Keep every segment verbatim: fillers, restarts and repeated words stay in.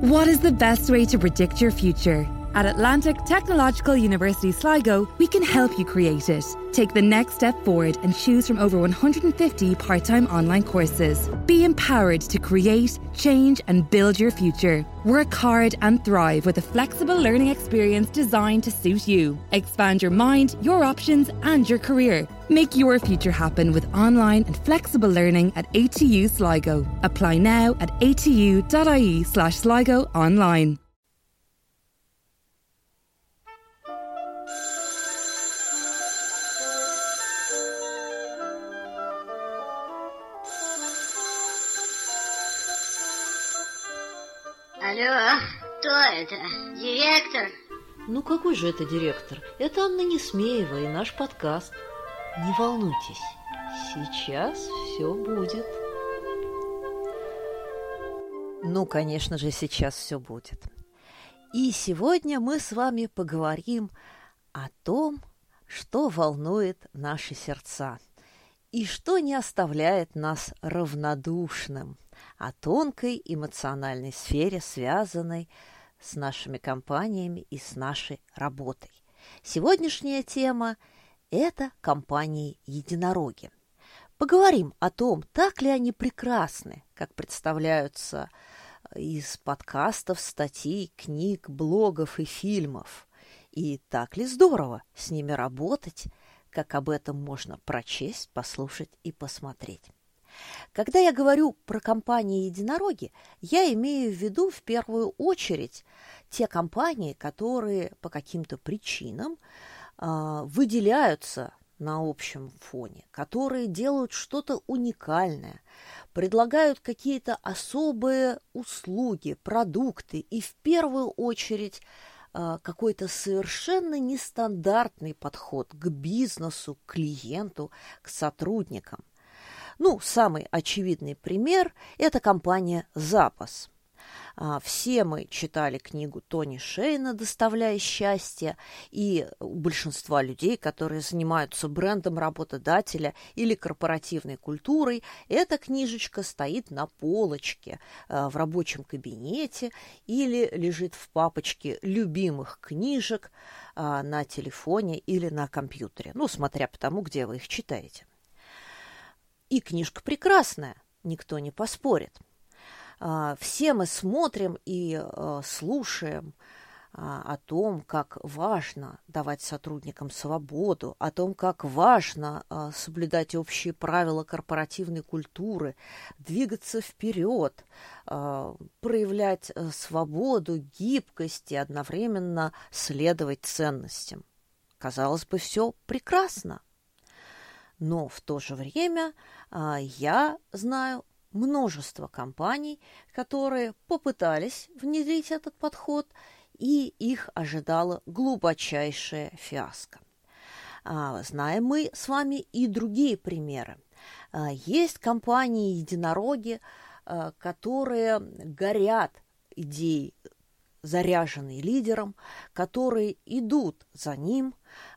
What is the best way to predict your future? At Atlantic Technological University Sligo, we can help you create it. Take the next step forward and choose from over one hundred fifty part-time online courses. Be empowered to create, change and build your future. Work hard and thrive with a flexible learning experience designed to suit you. Expand your mind, your options and your career. Make your future happen with online and flexible learning at A T U Sligo. Apply now at atu.ie slash Sligo online. Алло, кто это? Директор? Ну какой же это директор? Это Анна Несмеева и наш подкаст. Не волнуйтесь, сейчас все будет. Ну, конечно же, сейчас все будет. И сегодня мы с вами поговорим о том, что волнует наши сердца и что не оставляет нас равнодушным, о тонкой эмоциональной сфере, связанной с нашими компаниями и с нашей работой. Сегодняшняя тема – это компании-единороги. Поговорим о том, так ли они прекрасны, как представляются из подкастов, статей, книг, блогов и фильмов, и так ли здорово с ними работать, как об этом можно прочесть, послушать и посмотреть. Когда я говорю про компании-единороги, я имею в виду в первую очередь те компании, которые по каким-то причинам э, выделяются на общем фоне, которые делают что-то уникальное, предлагают какие-то особые услуги, продукты и в первую очередь э, какой-то совершенно нестандартный подход к бизнесу, к клиенту, к сотрудникам. Ну, самый очевидный пример – это компания «Запас». Все мы читали книгу Тони Шейна «Доставляя счастье», и у большинства людей, которые занимаются брендом работодателя или корпоративной культурой, эта книжечка стоит на полочке в рабочем кабинете или лежит в папочке любимых книжек на телефоне или на компьютере, ну, смотря по тому, где вы их читаете. И книжка прекрасная, никто не поспорит. Все мы смотрим и слушаем о том, как важно давать сотрудникам свободу, о том, как важно соблюдать общие правила корпоративной культуры, двигаться вперед, проявлять свободу, гибкость и одновременно следовать ценностям. Казалось бы, все прекрасно. Но в то же время а, я знаю множество компаний, которые попытались внедрить этот подход, и их ожидала глубочайшая фиаско. А, знаем мы с вами и другие примеры. А, есть компании-единороги, а, которые горят идеей, заряженные лидером, которые идут за ним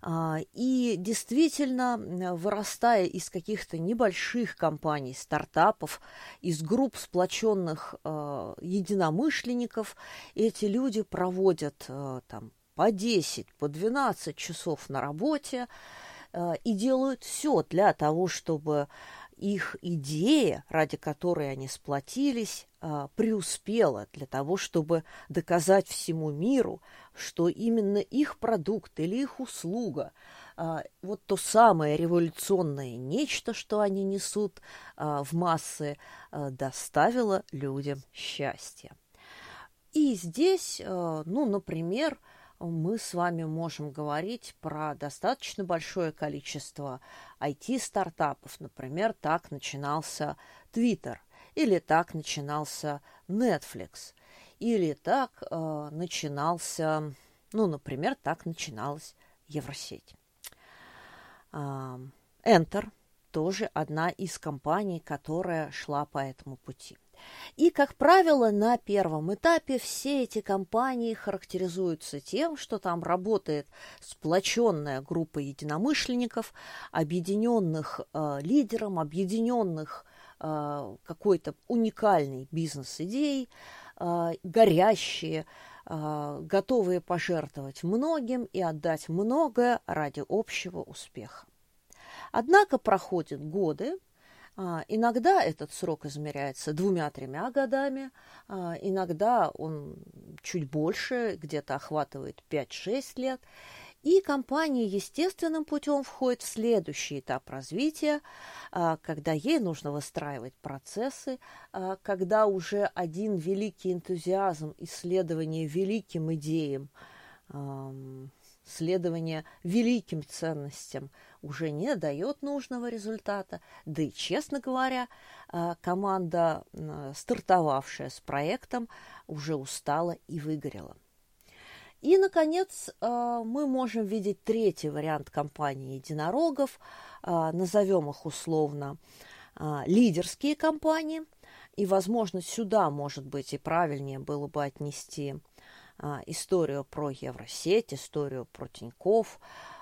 и действительно, вырастая из каких-то небольших компаний, стартапов, из групп сплоченных единомышленников, эти люди проводят там по десять, по двенадцать часов на работе и делают все для того, чтобы их идея, ради которой они сплотились, преуспела, для того, чтобы доказать всему миру, что именно их продукт или их услуга, вот то самое революционное нечто, что они несут в массы, доставило людям счастье. И здесь, ну, например, мы с вами можем говорить про достаточно большое количество ай ти-стартапов. Например, так начинался Twitter, или так начинался Netflix, или так э, начинался, ну, например, так начиналась Евросеть. Э, Enter тоже одна из компаний, которая шла по этому пути. И, как правило, на первом этапе все эти компании характеризуются тем, что там работает сплоченная группа единомышленников, объединенных э, лидером, объединенных э, какой-то уникальной бизнес-идеей, горящие, готовые пожертвовать многим и отдать многое ради общего успеха. Однако проходят годы, иногда этот срок измеряется двумя-тремя годами, иногда он чуть больше, где-то охватывает пять-шесть лет, и компания естественным путем входит в следующий этап развития, когда ей нужно выстраивать процессы, когда уже один великий энтузиазм исследования великим идеям, следование великим ценностям уже не дает нужного результата. Да и, честно говоря, команда, стартовавшая с проектом, уже устала и выгорела. И, наконец, мы можем видеть третий вариант компании единорогов, назовем их условно лидерские компании, и, возможно, сюда, может быть, и правильнее было бы отнести историю про Евросеть, историю про Тинькофф,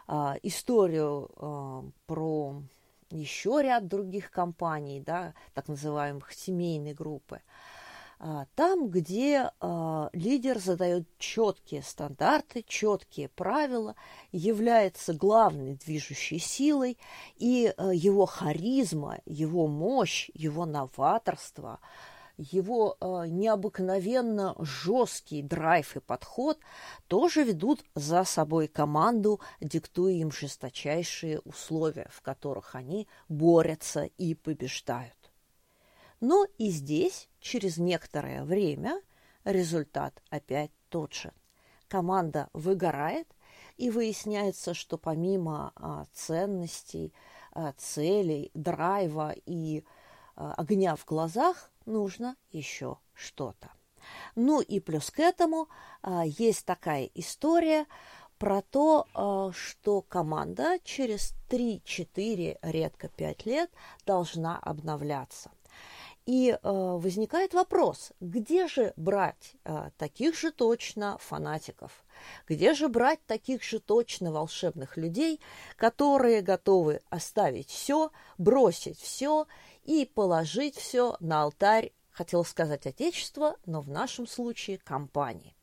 историю про еще ряд других компаний, да, так называемых семейной группы. Там, где лидер задает четкие стандарты, четкие правила, является главной движущей силой, и его харизма, его мощь, его новаторство, его э, необыкновенно жесткий драйв и подход тоже ведут за собой команду, диктуя им жесточайшие условия, в которых они борются и побеждают. Но и здесь, через некоторое время, результат опять тот же. Команда выгорает, и выясняется, что помимо а, ценностей, а, целей, драйва и а, огня в глазах, нужно еще что-то. Ну и плюс к этому а, есть такая история про то, а, что команда через три-четыре, редко пять лет должна обновляться. И а, возникает вопрос, где же брать а, таких же точно фанатиков? Где же брать таких же точно волшебных людей, которые готовы оставить все, бросить все и положить все на алтарь, хотела сказать отечества, но в нашем случае компании.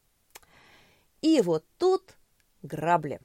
И вот тут грабли.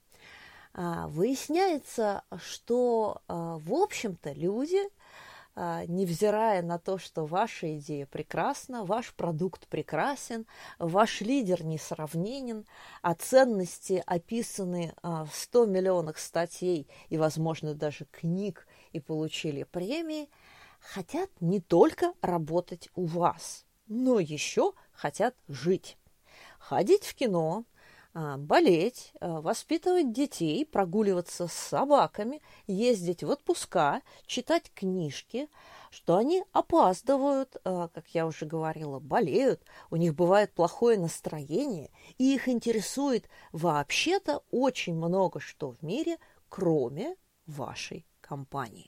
Выясняется, что, в общем-то, люди, невзирая на то, что ваша идея прекрасна, ваш продукт прекрасен, ваш лидер несравненен, а ценности описаны в сто миллионах статей и, возможно, даже книг, и получили премии, хотят не только работать у вас, но еще хотят жить. Ходить в кино, болеть, воспитывать детей, прогуливаться с собаками, ездить в отпуска, читать книжки, что они опаздывают, как я уже говорила, болеют, у них бывает плохое настроение, и их интересует вообще-то очень много что в мире, кроме вашей компании.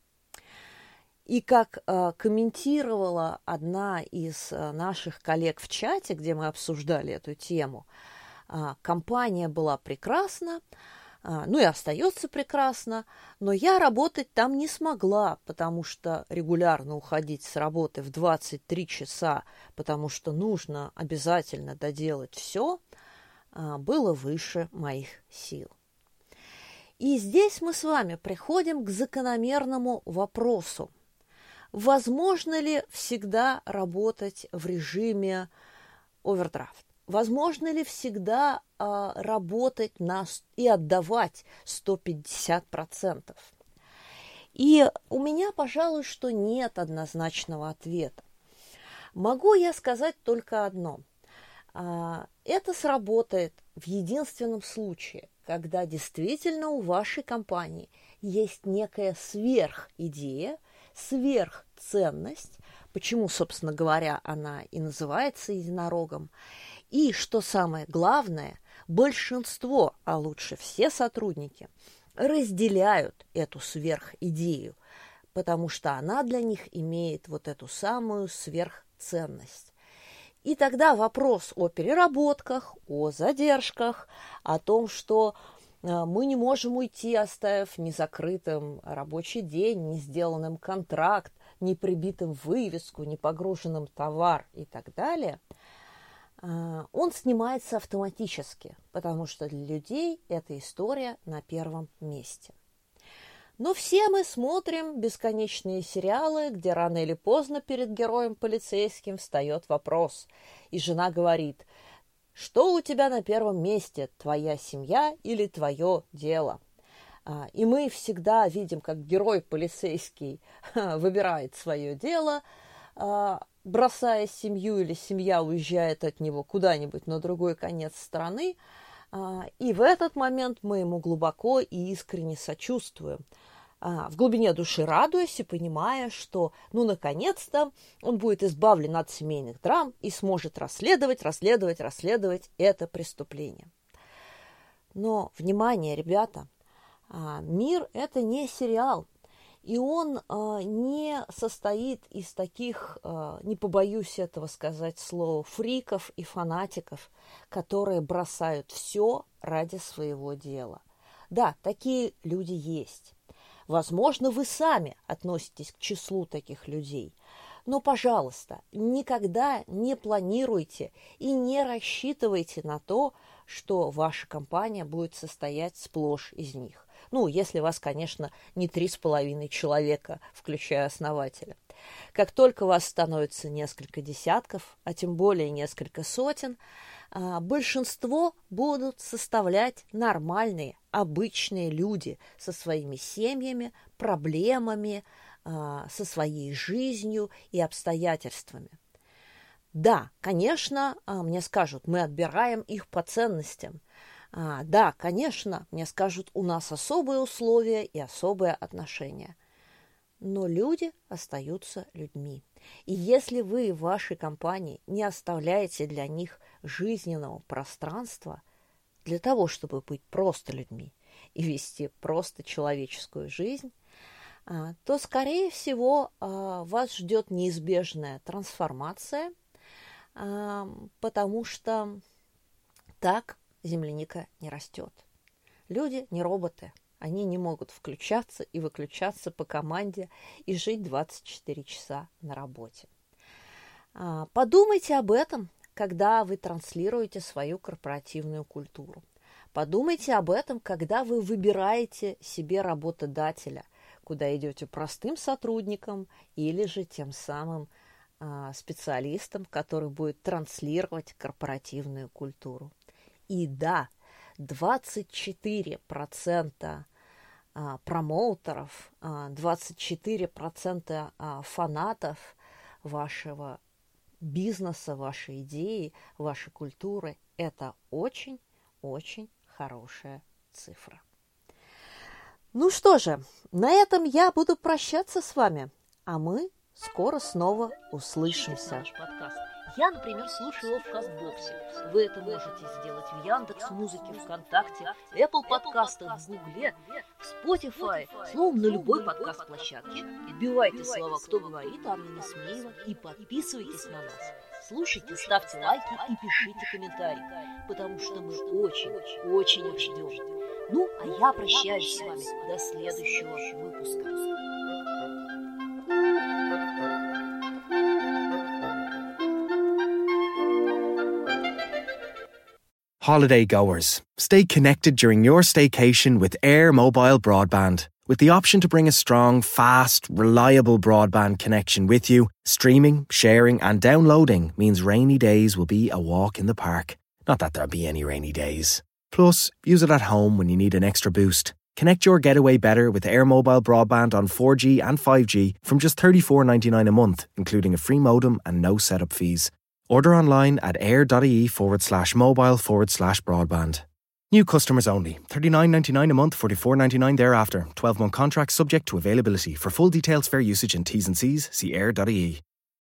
И как э, комментировала одна из э, наших коллег в чате, где мы обсуждали эту тему, э, компания была прекрасна, э, ну и остается прекрасна, но я работать там не смогла, потому что регулярно уходить с работы в двадцать три часа, потому что нужно обязательно доделать все, э, было выше моих сил. И здесь мы с вами приходим к закономерному вопросу. Возможно ли всегда работать в режиме овердрафт? Возможно ли всегда а, работать на, и отдавать сто пятьдесят процентов? И у меня, пожалуй, что нет однозначного ответа. Могу я сказать только одно. А, это сработает в единственном случае, когда действительно у вашей компании есть некая сверхидея, сверхценность, почему, собственно говоря, она и называется единорогом, и, что самое главное, большинство, а лучше все сотрудники, разделяют эту сверхидею, потому что она для них имеет вот эту самую сверхценность. И тогда вопрос о переработках, о задержках, о том, что мы не можем уйти, оставив незакрытым рабочий день, не сделанным контракт, не прибитым вывеску, не погруженным товар и так далее, он снимается автоматически, потому что для людей эта история на первом месте. Но все мы смотрим бесконечные сериалы, где рано или поздно перед героем полицейским встает вопрос, и жена говорит: что у тебя на первом месте, твоя семья или твое дело? И мы всегда видим, как герой полицейский выбирает свое дело, бросая семью, или семья уезжает от него куда-нибудь на другой конец страны. И в этот момент мы ему глубоко и искренне сочувствуем, в глубине души радуясь и понимая, что, ну, наконец-то он будет избавлен от семейных драм и сможет расследовать, расследовать, расследовать это преступление. Но, внимание, ребята, мир – это не сериал, и он не состоит из таких, не побоюсь этого сказать слова, фриков и фанатиков, которые бросают все ради своего дела. Да, такие люди есть. Возможно, вы сами относитесь к числу таких людей. Но, пожалуйста, никогда не планируйте и не рассчитывайте на то, что ваша компания будет состоять сплошь из них. Ну, если вас, конечно, не три с половиной человека, включая основателя. Как только вас становится несколько десятков, а тем более несколько сотен, большинство будут составлять нормальные, обычные люди со своими семьями, проблемами, со своей жизнью и обстоятельствами. Да, конечно, мне скажут, мы отбираем их по ценностям. Да, конечно, мне скажут, у нас особые условия и особые отношения. Но люди остаются людьми. И если вы в вашей компании не оставляете для них жизненного пространства для того, чтобы быть просто людьми и вести просто человеческую жизнь, то, скорее всего, вас ждет неизбежная трансформация, потому что так земляника не растет. Люди не роботы. Они не могут включаться и выключаться по команде и жить двадцать четыре часа на работе. Подумайте об этом, когда вы транслируете свою корпоративную культуру. Подумайте об этом, когда вы выбираете себе работодателя, куда идете простым сотрудником или же тем самым специалистом, который будет транслировать корпоративную культуру. И да, двадцать четыре процента промоутеров, двадцать четыре процента фанатов вашего бизнеса, вашей идеи, вашей культуры – это очень-очень хорошая цифра. Ну что же, на этом я буду прощаться с вами, а мы скоро снова услышимся. Наш подкаст. Я, например, слушаю его в Кастбоксе. Вы это можете сделать в Яндекс.Музыке, ВКонтакте, Apple подкастах, в Гугле, в Spotify, словом, на любой подкаст-площадке. Вбивайте слова «Кто говорит», Анна Несмеева, и подписывайтесь на нас. Слушайте, ставьте лайки и пишите комментарии, потому что мы очень, очень их ждем. Ну, а я прощаюсь с вами до следующего выпуска. Holiday goers, stay connected during your staycation with Air Mobile Broadband. With the option to bring a strong, fast, reliable broadband connection with you, streaming, sharing and downloading means rainy days will be a walk in the park. Not that there'll be any rainy days. Plus, use it at home when you need an extra boost. Connect your getaway better with Air Mobile Broadband on four G and five G from just thirty-four ninety-nine a month, including a free modem and no setup fees. Order online at air.ie forward slash mobile forward slash broadband. New customers only. thirty-nine ninety-nine a month, forty-four ninety-nine thereafter. twelve-month contract subject to availability. For full details, fair usage and T's and C's, see air.ie.